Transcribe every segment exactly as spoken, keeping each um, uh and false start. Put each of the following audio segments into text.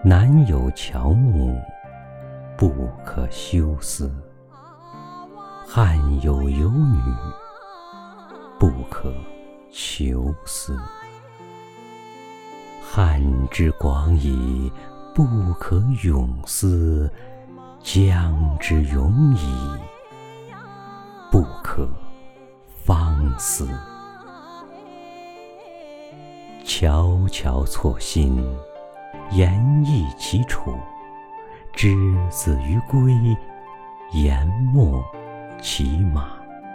南有乔木，不可休思；汉有游女，不可求思。汉之广矣，不可泳思；江之永矣，不可方思。悄悄错薪，言意其处；之子于归，言没其马。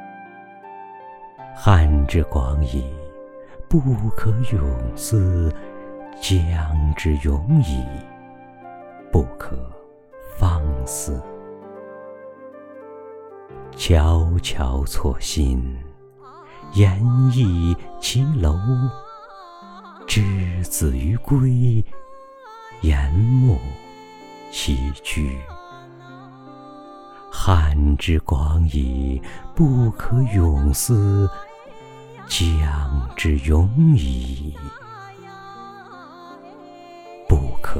汉之广矣，不可泳思；江之永矣，不可方思。悄悄错薪，言意其楼；之子于归，言没其居。汉之广矣，不可泳思；江之永矣，不可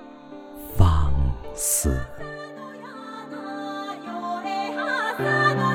方思。